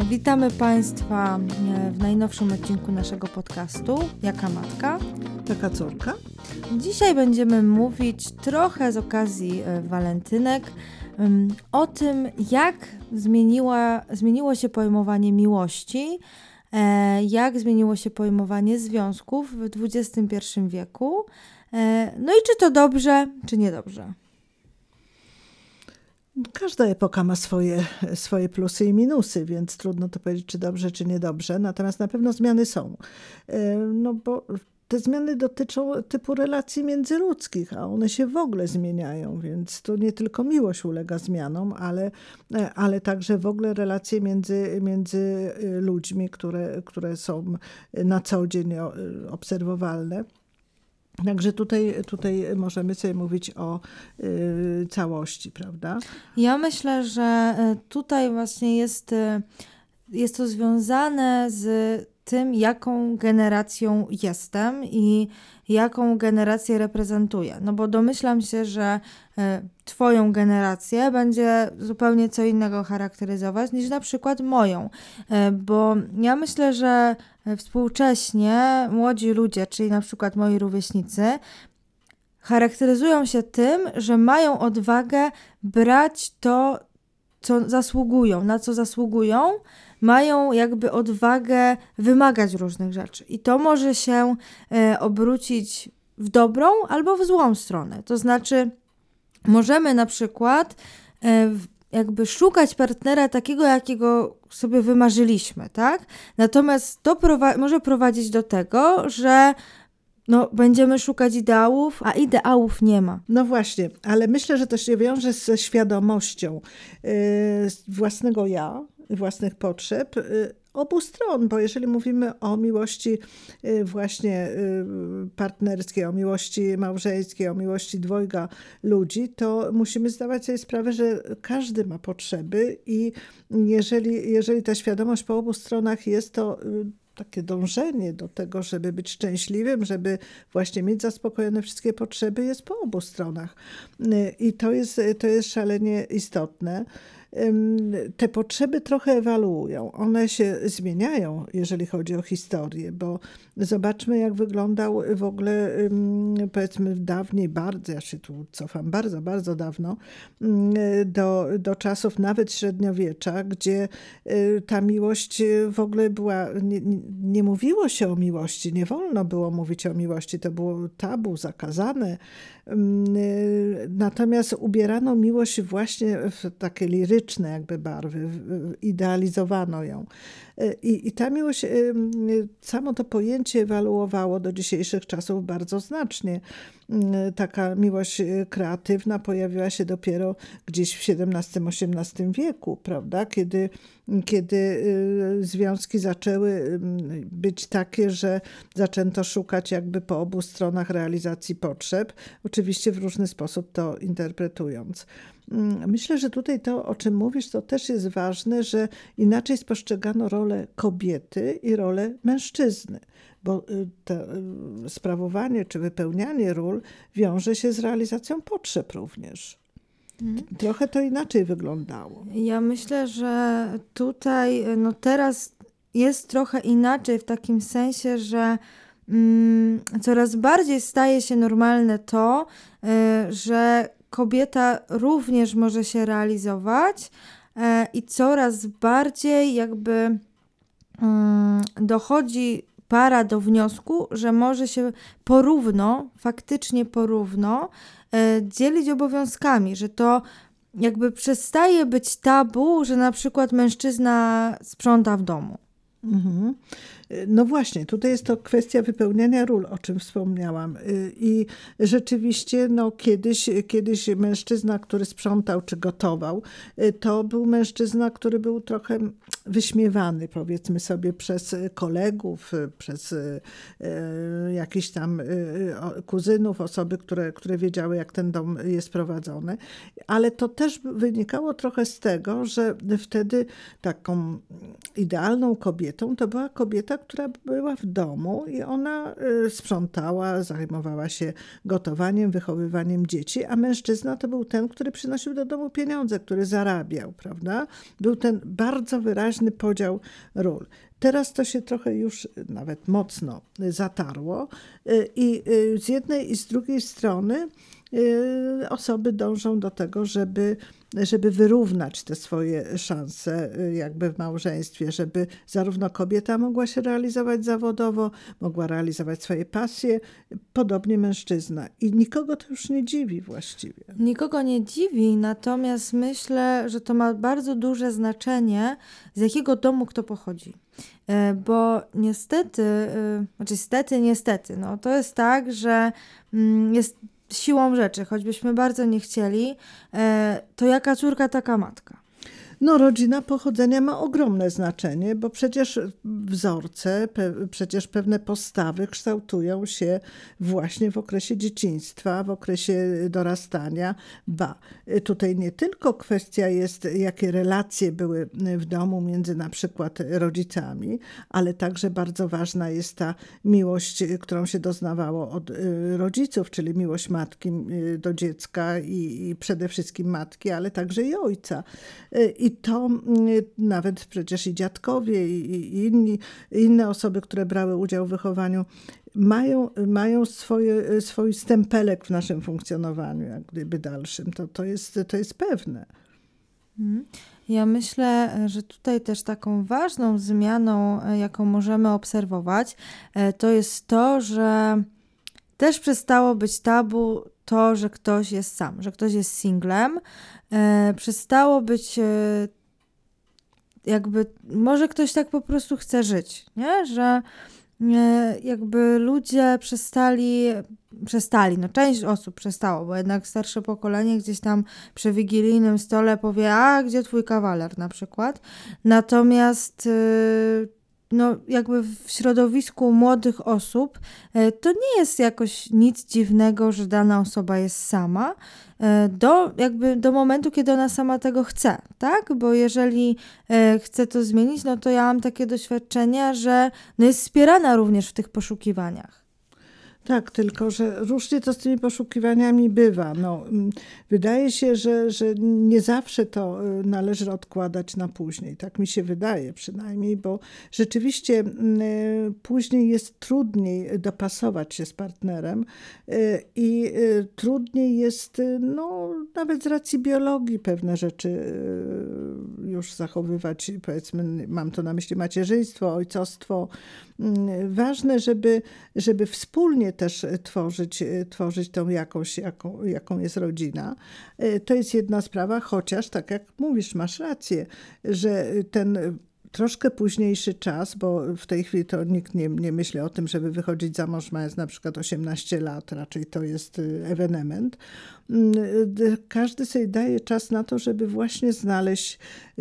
Witamy Państwa w najnowszym odcinku naszego podcastu Jaka Matka? Taka córka? Dzisiaj będziemy mówić trochę z okazji walentynek o tym, jak zmieniło się pojmowanie miłości, jak zmieniło się pojmowanie związków w XXI wieku, no i czy to dobrze, czy niedobrze. Każda epoka ma swoje plusy i minusy, więc trudno to powiedzieć, czy dobrze, czy niedobrze. Natomiast na pewno zmiany są. No bo te zmiany dotyczą typu relacji międzyludzkich, a one się w ogóle zmieniają, więc to nie tylko miłość ulega zmianom, ale także w ogóle relacje między ludźmi, które są na co dzień obserwowalne. Także tutaj możemy sobie mówić o całości, prawda? Ja myślę, że tutaj właśnie jest to związane z tym, jaką generacją jestem i jaką generację reprezentuję. No bo domyślam się, że Twoją generację będzie zupełnie co innego charakteryzować niż na przykład moją. Bo ja myślę, że współcześnie młodzi ludzie, czyli na przykład moi rówieśnicy, charakteryzują się tym, że mają odwagę brać to, co zasługują, na co zasługują, mają jakby odwagę wymagać różnych rzeczy. I to może się obrócić w dobrą albo w złą stronę. To znaczy, możemy na przykład jakby szukać partnera takiego, jakiego sobie wymarzyliśmy, tak? Natomiast to może prowadzić do tego, że będziemy szukać ideałów, a ideałów nie ma. No właśnie, ale myślę, że to się wiąże ze świadomością własnego ja, własnych potrzeb obu stron, bo jeżeli mówimy o miłości właśnie partnerskiej, o miłości małżeńskiej, o miłości dwojga ludzi, to musimy zdawać sobie sprawę, że każdy ma potrzeby i jeżeli ta świadomość po obu stronach jest, to takie dążenie do tego, żeby być szczęśliwym, żeby właśnie mieć zaspokojone wszystkie potrzeby, jest po obu stronach. I to jest szalenie istotne. Te potrzeby trochę ewoluują. One się zmieniają, jeżeli chodzi o historię, bo zobaczmy, jak wyglądał w ogóle, powiedzmy dawniej, ja się tu cofam bardzo, bardzo dawno, do czasów nawet średniowiecza, gdzie ta miłość w ogóle była, nie mówiło się o miłości, nie wolno było mówić o miłości, to było tabu, zakazane. Natomiast ubierano miłość właśnie w takie liryczne jakby barwy, idealizowano ją. I ta miłość, samo to pojęcie ewoluowało do dzisiejszych czasów bardzo znacznie. Taka miłość kreatywna pojawiła się dopiero gdzieś w XVII-XVIII wieku, prawda? Kiedy związki zaczęły być takie, że zaczęto szukać jakby po obu stronach realizacji potrzeb, oczywiście w różny sposób to interpretując. Myślę, że tutaj to, o czym mówisz, to też jest ważne, że inaczej spostrzegano rolę kobiety i rolę mężczyzny, bo to sprawowanie czy wypełnianie ról wiąże się z realizacją potrzeb również. Trochę to inaczej wyglądało. Ja myślę, że tutaj teraz jest trochę inaczej w takim sensie, że coraz bardziej staje się normalne to, że kobieta również może się realizować i coraz bardziej jakby dochodzi para do wniosku, że może się faktycznie porówno dzielić obowiązkami, że to jakby przestaje być tabu, że na przykład mężczyzna sprząta w domu. Mhm. No właśnie, tutaj jest to kwestia wypełniania ról, o czym wspomniałam. I rzeczywiście kiedyś mężczyzna, który sprzątał czy gotował, to był mężczyzna, który był trochę wyśmiewany, powiedzmy sobie, przez kolegów, przez jakichś tam kuzynów, osoby, które wiedziały, jak ten dom jest prowadzony. Ale to też wynikało trochę z tego, że wtedy taką idealną kobietą to była kobieta, kobieta, która była w domu i ona sprzątała, zajmowała się gotowaniem, wychowywaniem dzieci, a mężczyzna to był ten, który przynosił do domu pieniądze, który zarabiał, prawda? Był ten bardzo wyraźny podział ról. Teraz to się trochę już nawet mocno zatarło i z jednej i z drugiej strony osoby dążą do tego, żeby wyrównać te swoje szanse jakby w małżeństwie, żeby zarówno kobieta mogła się realizować zawodowo, mogła realizować swoje pasje, podobnie mężczyzna. I nikogo to już nie dziwi właściwie. Nikogo nie dziwi, natomiast myślę, że to ma bardzo duże znaczenie, z jakiego domu kto pochodzi. Bo niestety, no to jest tak, że jest siłą rzeczy, choćbyśmy bardzo nie chcieli, to jaka córka, taka matka. No, rodzina pochodzenia ma ogromne znaczenie, bo przecież wzorce, przecież pewne postawy kształtują się właśnie w okresie dzieciństwa, w okresie dorastania. Tutaj nie tylko kwestia jest, jakie relacje były w domu między na przykład rodzicami, ale także bardzo ważna jest ta miłość, którą się doznawało od rodziców, czyli miłość matki do dziecka i przede wszystkim matki, ale także i ojca. I to nawet przecież i dziadkowie, i inne osoby, które brały udział w wychowaniu, mają swój stempelek w naszym funkcjonowaniu, jak gdyby dalszym. To jest pewne. Ja myślę, że tutaj też taką ważną zmianą, jaką możemy obserwować, to jest to, że też przestało być tabu to, że ktoś jest sam, że ktoś jest singlem. Przestało być jakby, może ktoś tak po prostu chce żyć, nie? Że jakby ludzie przestali, no część osób przestało, bo jednak starsze pokolenie gdzieś tam przy wigilijnym stole powie, a gdzie twój kawaler na przykład. Natomiast no jakby w środowisku młodych osób to nie jest jakoś nic dziwnego, że dana osoba jest sama, do momentu, kiedy ona sama tego chce, tak? Bo jeżeli chce to zmienić, no to ja mam takie doświadczenia, że no jest wspierana również w tych poszukiwaniach. Tak, tylko że różnie to z tymi poszukiwaniami bywa. No, wydaje się, że nie zawsze to należy odkładać na później. Tak mi się wydaje przynajmniej, bo rzeczywiście później jest trudniej dopasować się z partnerem i trudniej jest nawet z racji biologii pewne rzeczy już zachowywać. Powiedzmy, mam tu na myśli macierzyństwo, ojcostwo. Ważne, żeby wspólnie też tworzyć tą jakość, jaką jest rodzina. To jest jedna sprawa, chociaż tak jak mówisz, masz rację, że ten troszkę późniejszy czas, bo w tej chwili to nikt nie myśli o tym, żeby wychodzić za mąż mając na przykład 18 lat, raczej to jest ewenement. Każdy sobie daje czas na to, żeby właśnie znaleźć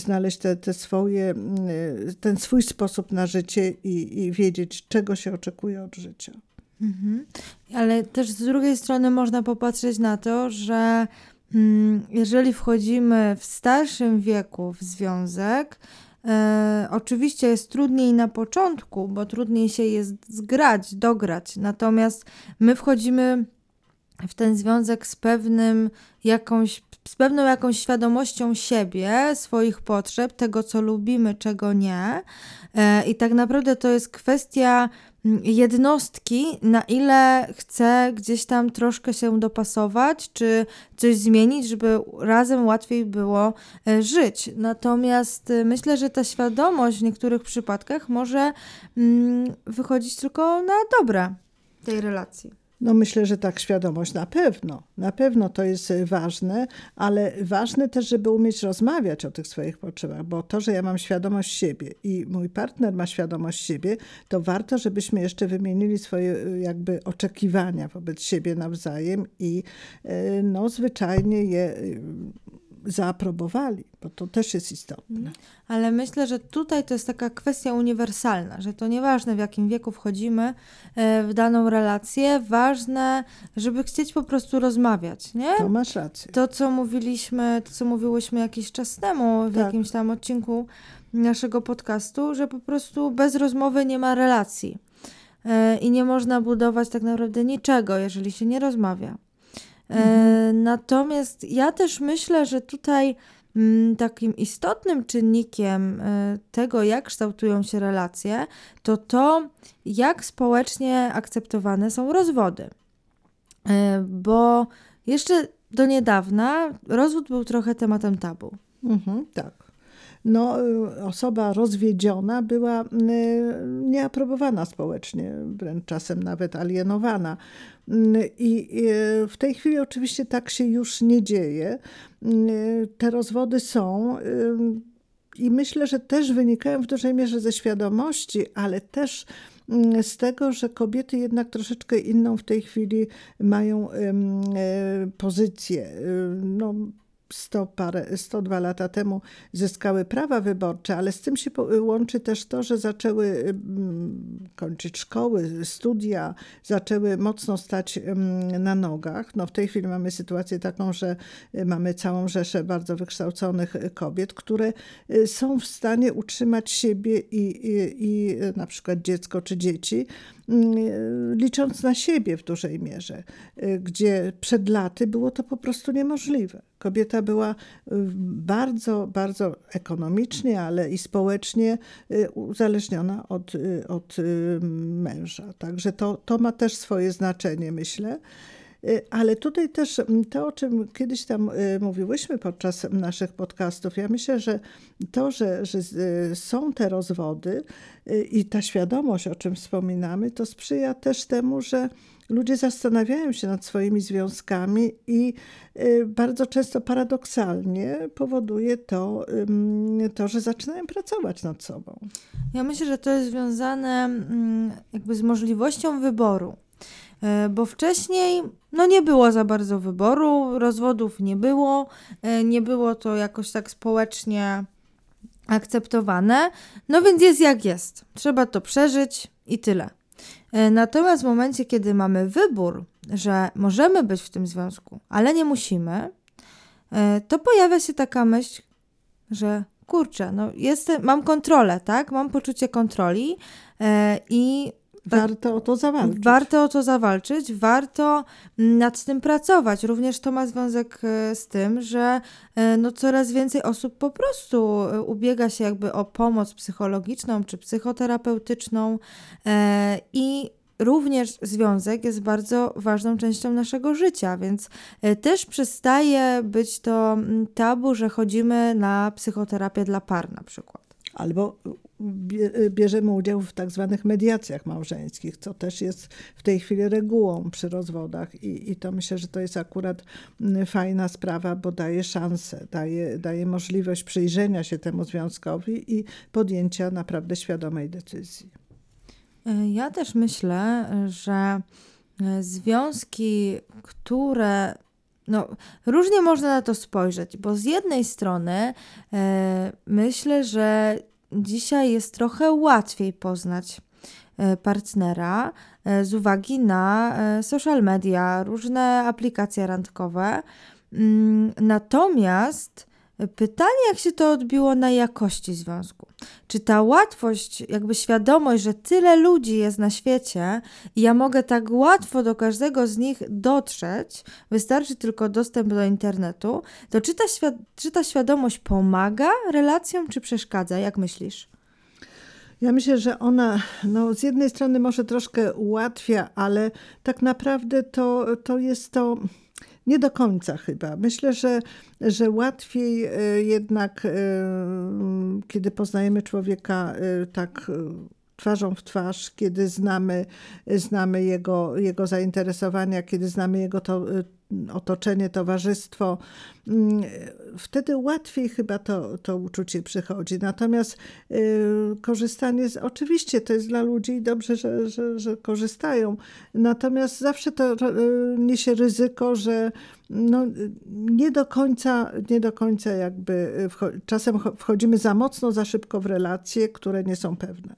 ten swój sposób na życie i wiedzieć, czego się oczekuje od życia. Mhm. Ale też z drugiej strony można popatrzeć na to, że jeżeli wchodzimy w starszym wieku w związek, oczywiście jest trudniej na początku, bo trudniej się jest dograć, natomiast my wchodzimy w ten związek z pewną jakąś świadomością siebie, swoich potrzeb, tego co lubimy, czego nie. I tak naprawdę to jest kwestia jednostki, na ile chce gdzieś tam troszkę się dopasować, czy coś zmienić, żeby razem łatwiej było żyć. Natomiast myślę, że ta świadomość w niektórych przypadkach może wychodzić tylko na dobre tej relacji. No myślę, że tak, świadomość na pewno to jest ważne, ale ważne też, żeby umieć rozmawiać o tych swoich potrzebach, bo to, że ja mam świadomość siebie i mój partner ma świadomość siebie, to warto, żebyśmy jeszcze wymienili swoje jakby oczekiwania wobec siebie nawzajem i zwyczajnie je zaaprobowali, bo to też jest istotne. Ale myślę, że tutaj to jest taka kwestia uniwersalna, że to nieważne w jakim wieku wchodzimy w daną relację, ważne, żeby chcieć po prostu rozmawiać, nie? To masz rację. To, co mówiłyśmy jakiś czas temu w jakimś tam odcinku, naszego podcastu, że po prostu bez rozmowy nie ma relacji. I nie można budować tak naprawdę niczego, jeżeli się nie rozmawia. Natomiast ja też myślę, że tutaj takim istotnym czynnikiem tego, jak kształtują się relacje, to, jak społecznie akceptowane są rozwody. Bo jeszcze do niedawna rozwód był trochę tematem tabu. Tak. No, osoba rozwiedziona była nieaprobowana społecznie, wręcz czasem nawet alienowana. I w tej chwili oczywiście tak się już nie dzieje. Te rozwody są i myślę, że też wynikają w dużej mierze ze świadomości, ale też z tego, że kobiety jednak troszeczkę inną w tej chwili mają pozycję. No, 102 lata temu zyskały prawa wyborcze, ale z tym się łączy też to, że zaczęły kończyć szkoły, studia, zaczęły mocno stać na nogach. No w tej chwili mamy sytuację taką, że mamy całą rzeszę bardzo wykształconych kobiet, które są w stanie utrzymać siebie i na przykład dziecko czy dzieci, licząc na siebie w dużej mierze, gdzie przed laty było to po prostu niemożliwe. Kobieta była bardzo, bardzo ekonomicznie, ale i społecznie uzależniona od męża. Także to ma też swoje znaczenie, myślę. Ale tutaj też to, o czym kiedyś tam mówiłyśmy podczas naszych podcastów, ja myślę, że to, że są te rozwody i ta świadomość, o czym wspominamy, to sprzyja też temu, że ludzie zastanawiają się nad swoimi związkami i bardzo często paradoksalnie powoduje to, że zaczynają pracować nad sobą. Ja myślę, że to jest związane jakby z możliwością wyboru. Bo wcześniej nie było za bardzo wyboru, rozwodów nie było to jakoś tak społecznie akceptowane, więc jest jak jest. Trzeba to przeżyć i tyle. Natomiast w momencie, kiedy mamy wybór, że możemy być w tym związku, ale nie musimy, to pojawia się taka myśl, że kurczę, mam kontrolę, tak? Mam poczucie kontroli i warto o to zawalczyć. Warto o to zawalczyć, warto nad tym pracować. Również to ma związek z tym, że coraz więcej osób po prostu ubiega się jakby o pomoc psychologiczną czy psychoterapeutyczną i również związek jest bardzo ważną częścią naszego życia, więc też przestaje być to tabu, że chodzimy na psychoterapię dla par na przykład. Albo bierzemy udział w tak zwanych mediacjach małżeńskich, co też jest w tej chwili regułą przy rozwodach i to myślę, że to jest akurat fajna sprawa, bo daje szansę, daje możliwość przyjrzenia się temu związkowi i podjęcia naprawdę świadomej decyzji. Ja też myślę, że związki, które różnie można na to spojrzeć, bo z jednej strony myślę, że dzisiaj jest trochę łatwiej poznać partnera z uwagi na social media, różne aplikacje randkowe. Natomiast pytanie, jak się to odbiło na jakości związku? Czy ta łatwość, jakby świadomość, że tyle ludzi jest na świecie i ja mogę tak łatwo do każdego z nich dotrzeć, wystarczy tylko dostęp do internetu, to czy ta świadomość pomaga relacjom, czy przeszkadza? Jak myślisz? Ja myślę, że ona z jednej strony może troszkę ułatwia, ale tak naprawdę to jest to nie do końca chyba. Myślę, że łatwiej jednak, kiedy poznajemy człowieka tak twarzą w twarz, kiedy znamy jego zainteresowania, kiedy znamy jego otoczenie, towarzystwo, wtedy łatwiej chyba to uczucie przychodzi. Natomiast korzystanie oczywiście to jest dla ludzi dobrze, że korzystają. Natomiast zawsze to niesie ryzyko, że nie do końca jakby czasem wchodzimy za mocno, za szybko w relacje, które nie są pewne.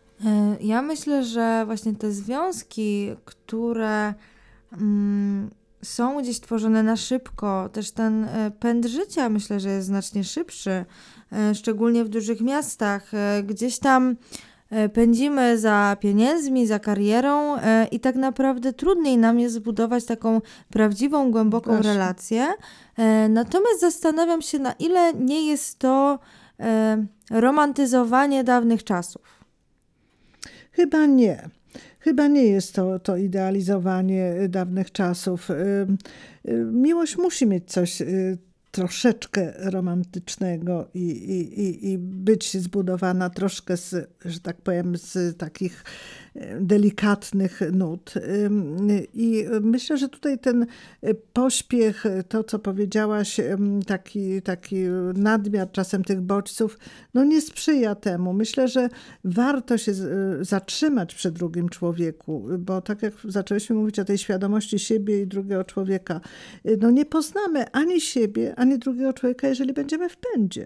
Ja myślę, że właśnie te związki, które są gdzieś tworzone na szybko. Też ten pęd życia myślę, że jest znacznie szybszy, szczególnie w dużych miastach. Gdzieś tam pędzimy za pieniędzmi, za karierą i tak naprawdę trudniej nam jest zbudować taką prawdziwą, głęboką Właśnie. relację. Natomiast zastanawiam się, na ile nie jest to romantyzowanie dawnych czasów. Chyba nie. Chyba nie jest to idealizowanie dawnych czasów. Miłość musi mieć coś troszeczkę romantycznego i być zbudowana troszkę że tak powiem, z takich delikatnych nut. I myślę, że tutaj ten pośpiech, to co powiedziałaś, taki nadmiar czasem tych bodźców, no nie sprzyja temu. Myślę, że warto się zatrzymać przy drugim człowieku, bo tak jak zaczęliśmy mówić o tej świadomości siebie i drugiego człowieka, no nie poznamy ani siebie, ani drugiego człowieka, jeżeli będziemy w pędzie.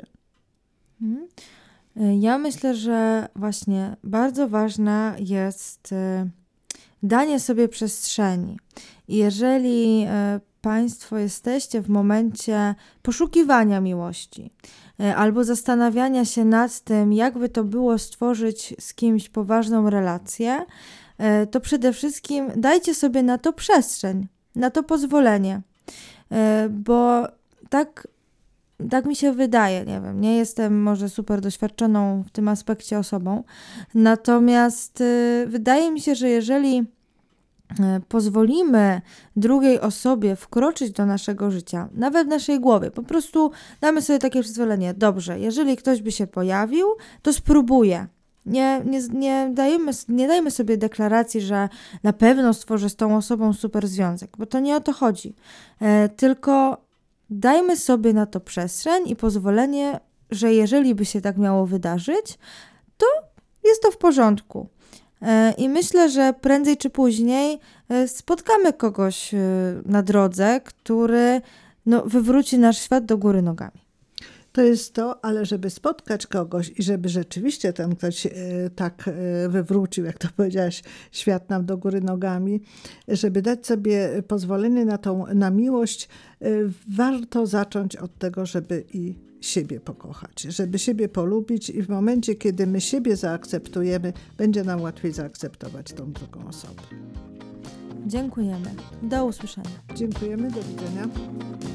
Ja myślę, że właśnie bardzo ważne jest danie sobie przestrzeni. I jeżeli Państwo jesteście w momencie poszukiwania miłości albo zastanawiania się nad tym, jakby to było stworzyć z kimś poważną relację, to przede wszystkim dajcie sobie na to przestrzeń, na to pozwolenie, bo tak mi się wydaje, nie wiem, nie jestem może super doświadczoną w tym aspekcie osobą, natomiast wydaje mi się, że jeżeli pozwolimy drugiej osobie wkroczyć do naszego życia, nawet w naszej głowie, po prostu damy sobie takie przyzwolenie, dobrze, jeżeli ktoś by się pojawił, to spróbuję. Nie dajmy sobie deklaracji, że na pewno stworzę z tą osobą super związek, bo to nie o to chodzi, tylko dajmy sobie na to przestrzeń i pozwolenie, że jeżeli by się tak miało wydarzyć, to jest to w porządku. I myślę, że prędzej czy później spotkamy kogoś na drodze, który wywróci nasz świat do góry nogami. To jest to, ale żeby spotkać kogoś i żeby rzeczywiście ten ktoś tak wywrócił, jak to powiedziałaś, świat nam do góry nogami, żeby dać sobie pozwolenie na miłość, warto zacząć od tego, żeby i siebie pokochać, żeby siebie polubić i w momencie, kiedy my siebie zaakceptujemy, będzie nam łatwiej zaakceptować tą drugą osobę. Dziękujemy. Do usłyszenia. Dziękujemy, do widzenia.